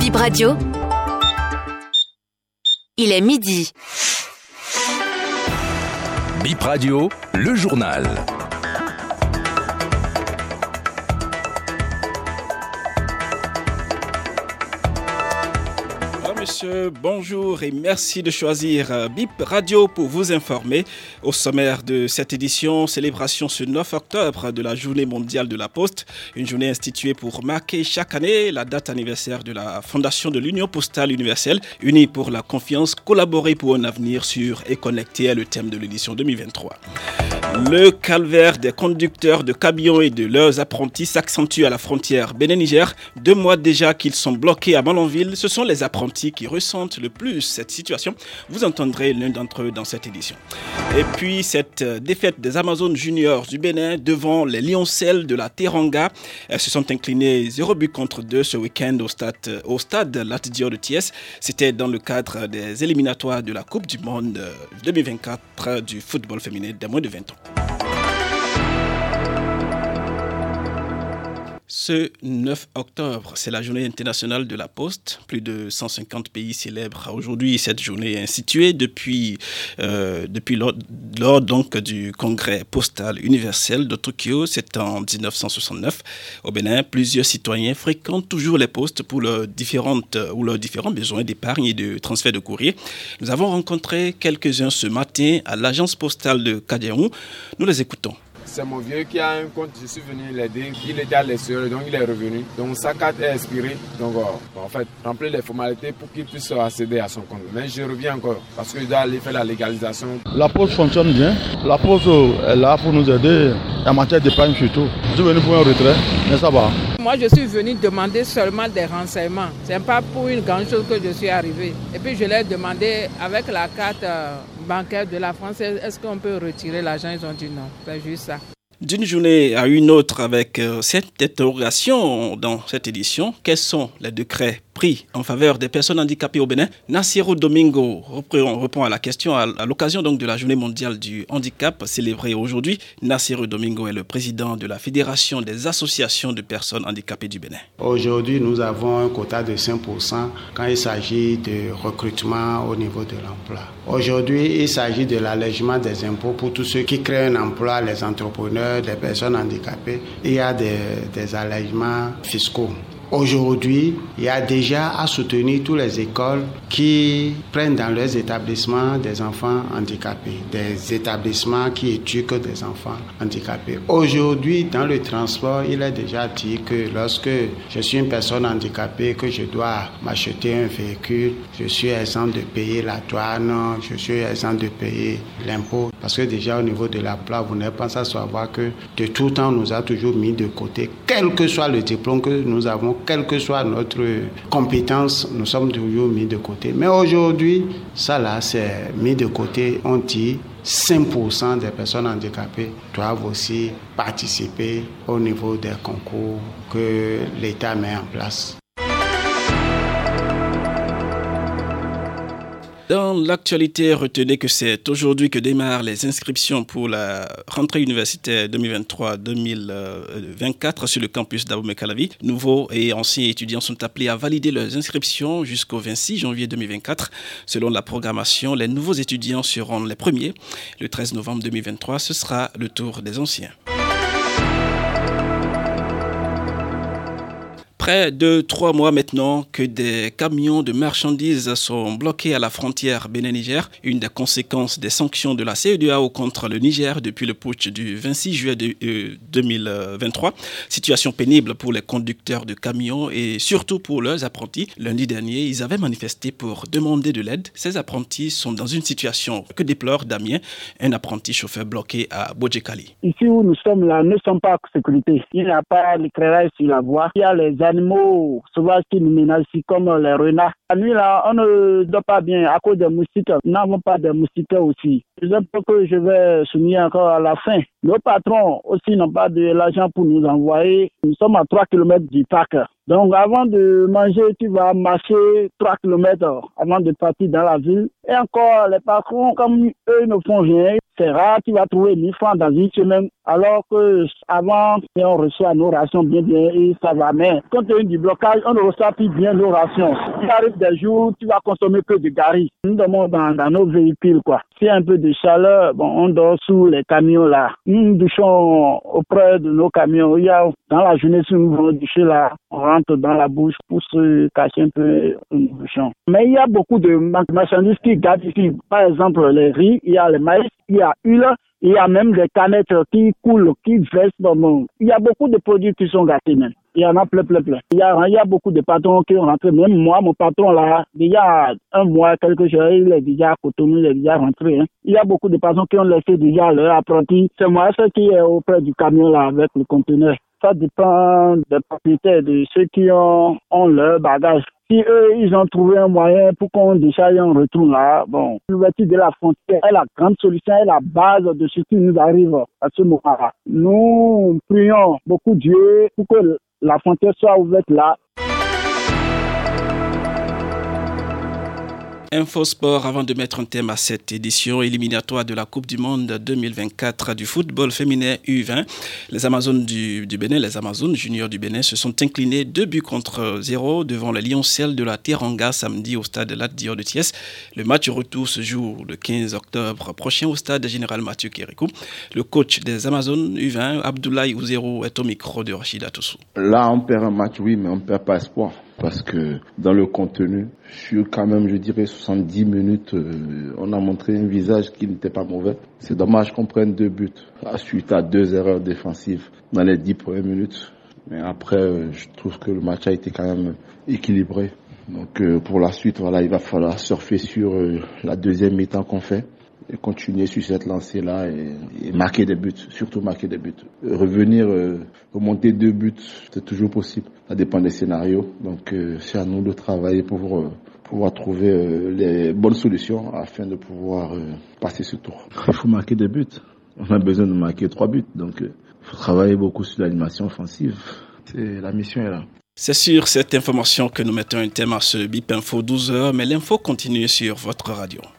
Bip Radio, il est midi. Bip Radio, le journal. Monsieur, bonjour et merci de choisir Bip Radio pour vous informer. Au sommaire de cette édition, célébration ce 9 octobre de la Journée mondiale de la Poste, une journée instituée pour marquer chaque année la date anniversaire de la fondation de l'Union postale universelle, unie pour la confiance, collaborer pour un avenir sûr et connecté est le thème de l'édition 2023. Le calvaire des conducteurs de camions et de leurs apprentis s'accentue à la frontière Bénin-Niger. 2 mois déjà qu'ils sont bloqués à Malanville, ce sont les apprentis qui ressentent le plus cette situation. Vous entendrez l'un d'entre eux dans cette édition. Et puis cette défaite des Amazones juniors du Bénin devant les Lioncelles de la Teranga. Elles se sont inclinées 0-2 ce week-end au stade Lat Dior de Thiès. C'était dans le cadre des éliminatoires de la Coupe du Monde 2024 du football féminin des moins de 20 ans. Ce 9 octobre, c'est la journée internationale de la Poste. Plus de 150 pays célèbrent aujourd'hui cette journée instituée depuis lors donc du congrès postal universel de Tokyo. C'est en 1969. Au Bénin, plusieurs citoyens fréquentent toujours les postes pour leurs différents besoins d'épargne et de transfert de courrier. Nous avons rencontré quelques-uns ce matin à l'agence postale de Kadiaou. Nous les écoutons. C'est mon vieux qui a un compte, je suis venu l'aider. Il était à l'extérieur, donc il est revenu. Donc sa carte est expirée. Donc en fait, remplir les formalités pour qu'il puisse accéder à son compte. Mais je reviens encore parce que je dois aller faire la légalisation. La poste fonctionne bien. La poste est là pour nous aider en matière d'épargne surtout. Je suis venu pour un retrait, mais ça va. Moi, je suis venu demander seulement des renseignements. Ce n'est pas pour une grande chose que je suis arrivé. Et puis je l'ai demandé avec la carte bancaire de la France, est-ce qu'on peut retirer l'argent? Ils ont dit non, c'est juste ça. D'une journée à une autre avec cette interrogation dans cette édition, quels sont les décrets pris en faveur des personnes handicapées au Bénin? Nassirou Domingo répond à la question à l'occasion donc de la journée mondiale du handicap célébrée aujourd'hui. Nassirou Domingo est le président de la Fédération des associations de personnes handicapées du Bénin. Aujourd'hui, nous avons un quota de 5% quand il s'agit de recrutement au niveau de l'emploi. Aujourd'hui, il s'agit de l'allègement des impôts pour tous ceux qui créent un emploi, les entrepreneurs, les personnes handicapées. Il y a des allègements fiscaux. Aujourd'hui, il y a déjà à soutenir toutes les écoles qui prennent dans leurs établissements des enfants handicapés, des établissements qui éduquent des enfants handicapés. Aujourd'hui, dans le transport, il est déjà dit que lorsque je suis une personne handicapée, que je dois m'acheter un véhicule, je suis exempt de payer la douane, je suis exempt de payer l'impôt. Parce que déjà au niveau de l'emploi, vous n'êtes pas sans savoir que de tout temps, on nous a toujours mis de côté, quel que soit le diplôme que nous avons, quelle que soit notre compétence, nous sommes toujours mis de côté. Mais aujourd'hui, ça là, c'est mis de côté. On dit 5% des personnes handicapées doivent aussi participer au niveau des concours que l'État met en place. Dans l'actualité, retenez que c'est aujourd'hui que démarrent les inscriptions pour la rentrée universitaire 2023-2024 sur le campus d'Abomey-Calavi. Nouveaux et anciens étudiants sont appelés à valider leurs inscriptions jusqu'au 26 janvier 2024. Selon la programmation, les nouveaux étudiants seront les premiers. Le 13 novembre 2023, ce sera le tour des anciens. Près de 3 mois maintenant que des camions de marchandises sont bloqués à la frontière Bénin-Niger. Une des conséquences des sanctions de la CEDEAO contre le Niger depuis le putsch du 26 juillet 2023. Situation pénible pour les conducteurs de camions et surtout pour leurs apprentis. Lundi dernier, ils avaient manifesté pour demander de l'aide. Ces apprentis sont dans une situation que déplore Damien, un apprenti chauffeur bloqué à Bodjekali. Ici où nous sommes là, nous ne sommes pas en sécurité. Il n'y a pas l'éclairage sur la voie. Il y a les animaux sauvages qui nous menacent comme les renards. La nuit là, on ne dort pas bien à cause des moustiques. Nous n'avons pas de moustiques aussi. Je sais pas que je vais souligner encore à la fin. Nos patrons aussi n'ont pas de l'argent pour nous envoyer. Nous sommes à 3 km du parc. Donc avant de manger, tu vas marcher 3 km avant de partir dans la ville. Et encore, les patrons, comme eux ne font rien, c'est rare, tu vas trouver 1000 francs dans une semaine. Alors que avant, on reçoit nos rations bien et ça va. Mais compte tenu du blocage, on ne reçoit plus bien nos rations. Il arrive des jours, tu vas consommer que de gari. Nous dormons dans nos véhicules, quoi. S'il y a un peu de chaleur, on dort sous les camions là. Nous douchons auprès de nos camions. Il y a, dans la journée, si nous voulons doucher là, on rentre dans la bouche pour se cacher un peu nous douchons. Mais il y a beaucoup de marchandises qui gardent ici. Par exemple, les riz, il y a le maïs, il y a l'huile. Il y a même des canettes qui coulent, qui versent dans le monde. Il y a beaucoup de produits qui sont gâtés même. Il y en a plein. Il y a beaucoup de patrons qui ont rentré. Même moi, mon patron là, il y a un mois, quelque chose, il est déjà à Cotonou, il est déjà rentré. Il y a beaucoup de patrons qui ont laissé déjà leur apprenti. C'est moi qui est auprès du camion là avec le conteneur. Ça dépend des propriétaires, de ceux qui ont leur bagage. Si eux, ils ont trouvé un moyen pour qu'on décharge et on retourne là, l'ouverture de la frontière est la grande solution, est la base de ce qui nous arrive à ce moment-là. Nous prions beaucoup Dieu pour que la frontière soit ouverte là. Infosport, avant de mettre un thème à cette édition éliminatoire de la Coupe du Monde 2024 du football féminin U20, les Amazones du Bénin, les Amazones juniors du Bénin se sont inclinés 2-0 devant les Lioncelles de la Teranga samedi au stade Lat Dior de Thiès. Le match retour se joue le 15 octobre prochain au stade Général Mathieu Kérékou. Le coach des Amazones U20, Abdoulaye Ouzero, est au micro de Rachida Toussou. Là, on perd un match, oui, mais on ne perd pas espoir. Parce que dans le contenu, sur quand même, je dirais, 70 minutes, on a montré un visage qui n'était pas mauvais. C'est dommage qu'on prenne 2 buts suite à 2 erreurs défensives dans les 10 premières minutes. Mais après, je trouve que le match a été quand même équilibré. Donc pour la suite, voilà, il va falloir surfer sur la deuxième mi-temps qu'on fait. Et continuer sur cette lancée-là et marquer des buts, surtout marquer des buts. Remonter 2 buts, c'est toujours possible. Ça dépend des scénarios. Donc c'est à nous de travailler pour pouvoir trouver les bonnes solutions afin de pouvoir passer ce tour. Il faut marquer des buts. On a besoin de marquer 3 buts. Donc il faut travailler beaucoup sur l'animation offensive. La mission est là. C'est sur cette information que nous mettons un thème à ce BIP Info 12h, mais l'info continue sur votre radio.